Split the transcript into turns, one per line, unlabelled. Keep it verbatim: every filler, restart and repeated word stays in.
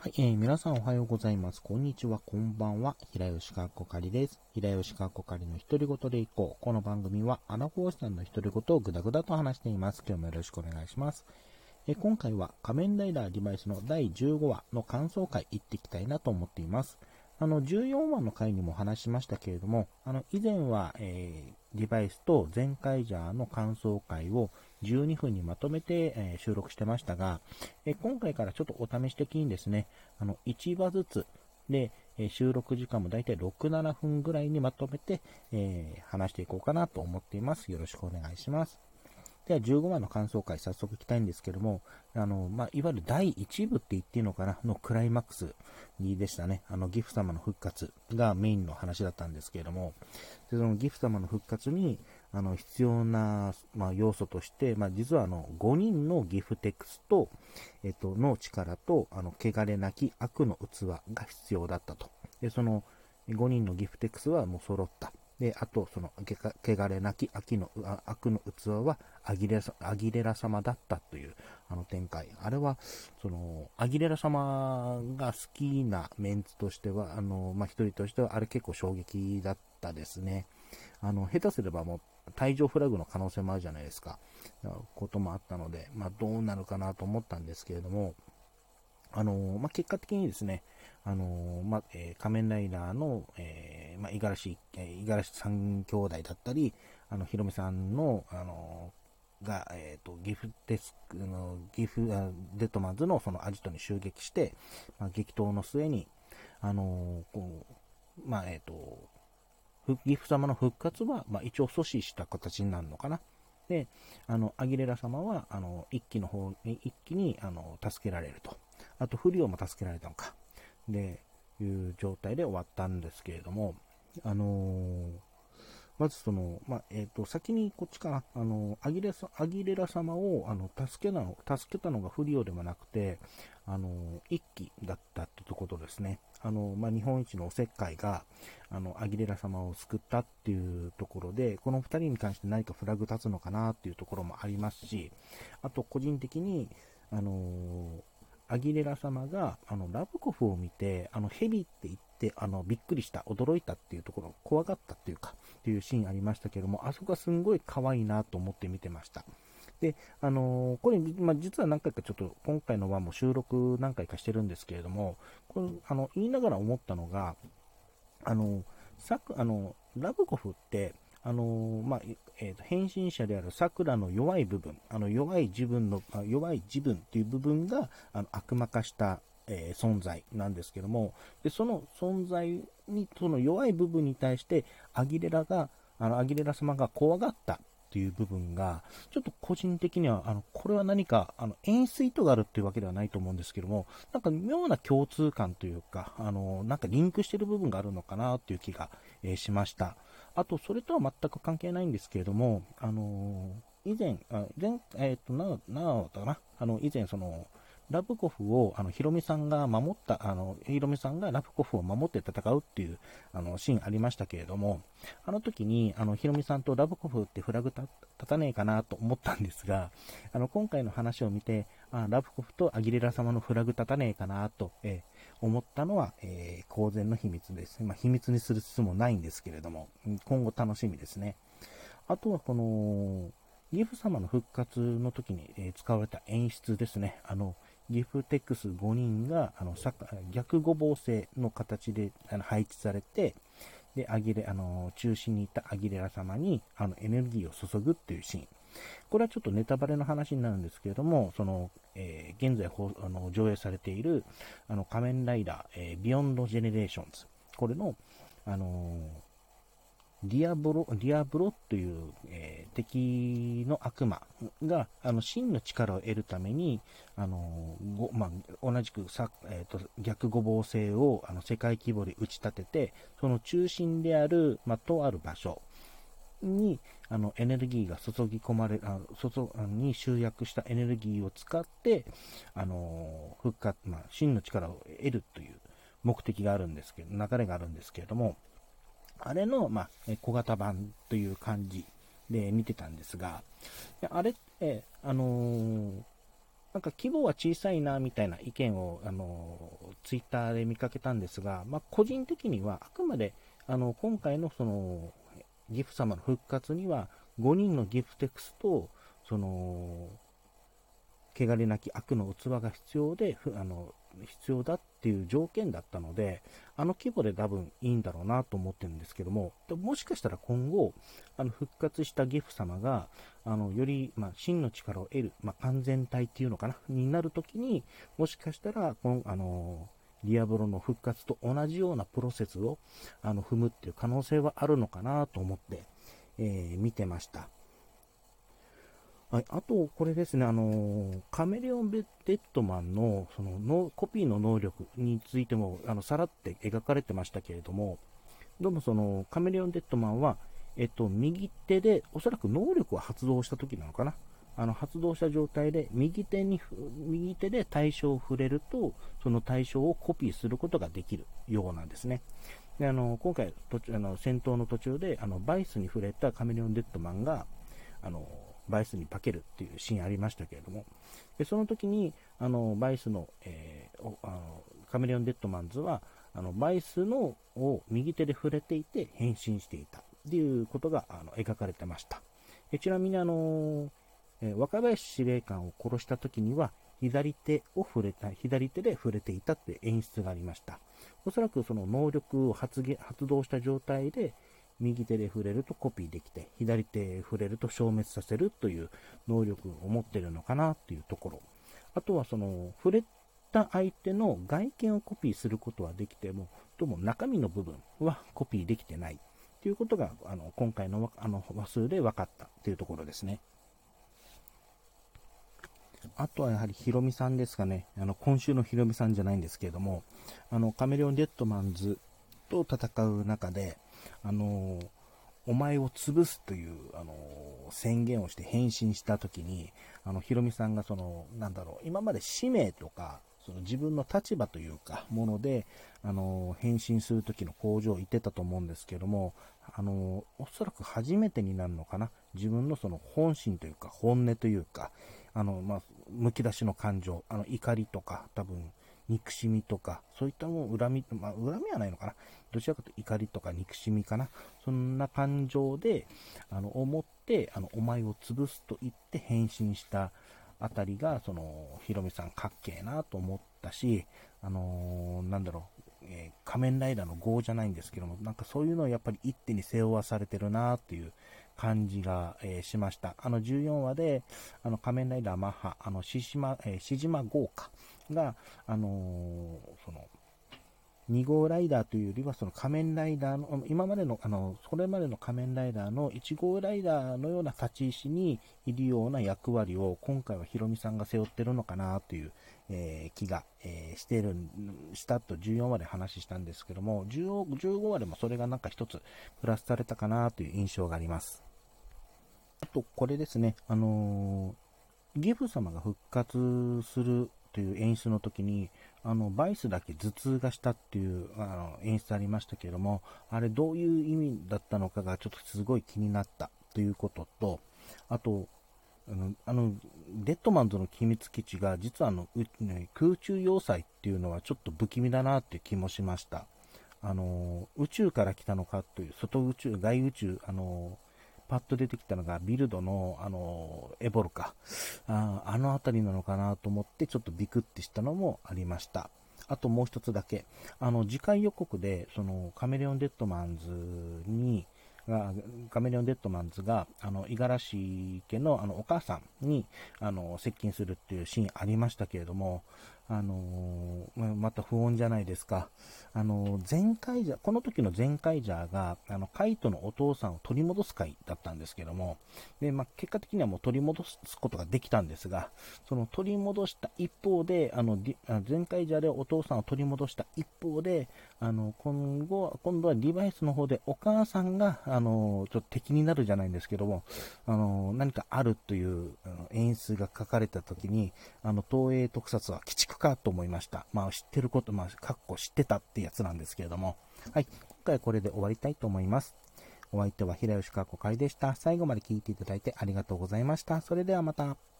はい、えー、皆さんおはようございます。こんにちは、こんばんは。平吉かっこかりです。平吉かっこかりの独り言でいこう。この番組は、アナフォーさんの独り言をぐだぐだと話しています。今日もよろしくお願いします。えー、今回は仮面ライダーリバイスのだいじゅうごわの感想会行っていきたいなと思っています。あの、じゅうよんわの回にも話しましたけれども、あの、以前は、えー、リバイスとゼンカイジャーの感想会をじゅうにふんにまとめて、えー、収録してましたが、えー、今回からちょっとお試し的にですね、あの、いちわずつで、えー、収録時間もだいたいろく、ななふんぐらいにまとめて、えー、話していこうかなと思っています。よろしくお願いします。ではじゅうごわの感想会早速いきたいんですけども、あの、まあ、いわゆるだいいちぶって言っていいのかなのクライマックスでしたね。あの、ギフ様の復活がメインの話だったんですけれども、でそのギフ様の復活にあの必要な、まあ、要素として、まあ、実はあのごにんのギフテクスと、えっと、の力と、あの、汚れなき悪の器が必要だったと。で、そのごにんのギフテクスはもう揃った。で、あと、その、汚れなき悪の悪の器はアギレラ、アギレラ様だったというあの展開。あれは、その、アギレラ様が好きなメンツとしては、あの、まあ、一人としては、あれ結構衝撃だったですね。あの、下手すればもう、退場フラグの可能性もあるじゃないですか。こともあったので、まあ、どうなるかなと思ったんですけれども、あのまあ、結果的にですね、あのまあえー、仮面ライダーの、えーまあ、五十嵐、えー、五十嵐三兄弟だったり、あの、ヒロミさんの、あのが、えーと、ギフテスクの、ギフ、デトマンズのそのアジトに襲撃して、まあ、激闘の末に、あのこう、まあ、えっ、ー、と、ギフ様の復活は、まあ、一応阻止した形になるのかな。で、あの、アギレラ様は、あの、一気の方に、一気に、あの、助けられると。あと、フリオも助けられたのか。で、いう状態で終わったんですけれども、あのー、まずその、まあ、えっ、ー、と、先にこっちかな、あの、アギレアギレラ様を、あの、助けたの、助けたのがフリオではなくて、あの、一騎だったってところですね。あの、まあ、日本一のおせっかいが、あの、アギレラ様を救ったっていうところで、この二人に関して何かフラグ立つのかなっていうところもありますし、あと、個人的に、あのー、アギレラ様が、あの、ラブコフを見て、あの、ヘビって言って、あの、びっくりした、驚いたっていうところ、怖がったっていうか、っていうシーンありましたけども、あそこはすんごい可愛いなと思って見てました。で、あのー、これ、まあ、実は何回かちょっと、今回のはもう収録何回かしてるんですけれども、これ、あの、言いながら思ったのが、あの、さあの、ラブコフって、あのまあえー、と変身者であるさくらの弱い部分、あの弱い自分の、弱い自分っていう部分があの悪魔化した、えー、存在なんですけども、でその存在に、その弱い部分に対して、アギレラが、あのアギレラ様が怖がったっていう部分が、ちょっと個人的には、あのこれは何かあの演出意図があるっていうわけではないと思うんですけども、なんか妙な共通感というか、あのなんかリンクしてる部分があるのかなっていう気が、えー、しました。あと、それとは全く関係ないんですけれども、あのー、以前、あ前えっ、ー、と、な、なだな、あの、以前、その、ラブコフを、あの、ヒロミさんが守った、あの、ヒロミさんがラブコフを守って戦うっていう、あの、シーンありましたけれども、あの時に、あの、ヒロミさんとラブコフってフラグ立たねえかなと思ったんですが、あの、今回の話を見て、あラブコフとアギレラ様のフラグ立たねえかなと、えー思ったのは、えー、公然の秘密です。まあ、秘密にする必要もないんですけれども、今後楽しみですね。あとはこの、ギフ様の復活の時に、えー、使われた演出ですね。あの、ギフテックスごにんがあの逆ごぼう星の形であの配置されて、で、アギレ、あの、中心にいたアギレラ様にあのエネルギーを注ぐっていうシーン。これはちょっとネタバレの話になるんですけれども、その、えー、現在あの上映されているあの仮面ライダー、えー、ビヨンドジェネレーションズ。これの、あのー、ディアブロ、ディアブロという、えー、敵の悪魔が、あの、真の力を得るために、あのー、まあ、同じくさ、えーと、逆五芒星をあの世界規模で打ち立てて、その中心である、まあ、とある場所にあのエネルギーが注ぎ込まれあ注に集約したエネルギーを使って、あの復活、まあ、真の力を得るという目的があるんですけど、流れがあるんですけれども、あれの、まあ、小型版という感じで見てたんですが、あれって、あのーなんか規模は小さいなみたいな意見を、あのツイッターで見かけたんですが、まあ、個人的にはあくまであの今回のそのギフ様の復活にはごにんのギフテクスとその汚れなき悪の器が必要であの必要だっていう条件だったので、あの規模で多分いいんだろうなと思ってるんですけども、もしかしたら今後あの復活したギフ様があのより、まあ、真の力を得る、まあ、完全体っていうのかなになるときに、もしかしたらこのあのディアブロの復活と同じようなプロセスをあの踏むっていう可能性はあるのかなと思って、えー、見てました。はい、あと、これですね、あのー、カメレオン・デッドマンのそののコピーの能力についてもあのさらって描かれてましたけれども、どうもそのカメレオン・デッドマンは、えっと、右手で、おそらく能力を発動した時なのかな、あの発動した状態で右手に右手で対象を触れると、その対象をコピーすることができるようなんですね。であの今回途中あの戦闘の途中であのバイスに触れたカメレオン・デッドマンがあのバイスに化けるっていうシーンありましたけれども、でその時にあのバイスの、えー、あのカメレオン・デッドマンズはあのバイスのを右手で触れていて変身していたっていうことがあの描かれてました。えちなみにあの、えー、若林司令官を殺した時には左手を触れた左手で触れていたって演出がありました。おそらくその能力を発現発動した状態で右手で触れるとコピーできて、左手で触れると消滅させるという能力を持っているのかなというところ。あとはその触れた相手の外見をコピーすることはできても、どうも中身の部分はコピーできてないということがあの今回のあの話数で分かったというところですね。あとはやはりヒロミさんですかね。あの今週のヒロミさんじゃないんですけれども、あのカメレオン・デッドマンズと戦う中で、あのお前を潰すという、あの宣言をして変身したときに、あのヒロミさんがそのなんだろう、今まで使命とかその自分の立場というかもので、あの変身する時の向上を言ってたと思うんですけども、あのおそらく初めてになるのかな、自分のその本心というか本音というか、あの、まあ、むき出しの感情、あの怒りとか多分憎しみとか、そういったもの、恨み、まあ、恨みはないのかな。どちらかというと怒りとか憎しみかな。そんな感情で、あの、思って、あの、お前を潰すと言って変身したあたりが、その、ヒロミさんかっけえなと思ったし、あのー、なんだろう、えー、仮面ライダーのゴーじゃないんですけども、なんかそういうのをやっぱり一手に背負わされてるなっていう感じが、えー、しました。あのじゅうよんわで、あの仮面ライダーマッハ、あの、しじま、えー、しじま豪華が、あのー、その、に号ライダーというよりは、その仮面ライダーの、今までの、あの、それまでの仮面ライダーのいち号ライダーのような立ち位置にいるような役割を、今回はヒロミさんが背負ってるのかなという、えー、気が、えー、してる、したとじゅうよんわで話したんですけども、じゅうごわでもそれがなんか一つプラスされたかなという印象があります。あと、これですね、あのー、ギフ様が復活するという演出の時に、あのバイスだけ頭痛がしたっていうあの演出ありましたけれども、あれどういう意味だったのかがちょっとすごい気になったということと、あと、あの、あのデッドマンズの秘密基地が実はあの、ね、空中要塞っていうのはちょっと不気味だなっていう気もしました。あの宇宙から来たのかという、外宇宙、外宇宙、あのパッと出てきたのがビルドの、あのエボルか、あ、あの辺りなのかなと思ってちょっとビクってしたのもありました。あともう一つだけ、あの次回予告でそのカメレオン・デッドマンズにがカメレオン・デッドマンズがあの五十嵐家のあのお母さんにあの接近するっていうシーンありましたけれども、あのー、また不穏じゃないですか。あのー、前回じゃ、この時の前回じゃが、あの、カイトのお父さんを取り戻す回だったんですけども、で、まあ、結果的にはもう取り戻すことができたんですが、その取り戻した一方で、あの、前回じゃでお父さんを取り戻した一方で、あの、今後、今度はデバイスの方でお母さんが、あのー、ちょっと敵になるじゃないんですけども、あのー、何かあるというあの演出が書かれた時に、あの、東映特撮は鬼畜かと思いました。まあ、知ってること、まあ、かっこ知ってたってやつなんですけれども。はい。今回はこれで終わりたいと思います。お相手は平吉かっこかりでした。最後まで聞いていただいてありがとうございました。それではまた。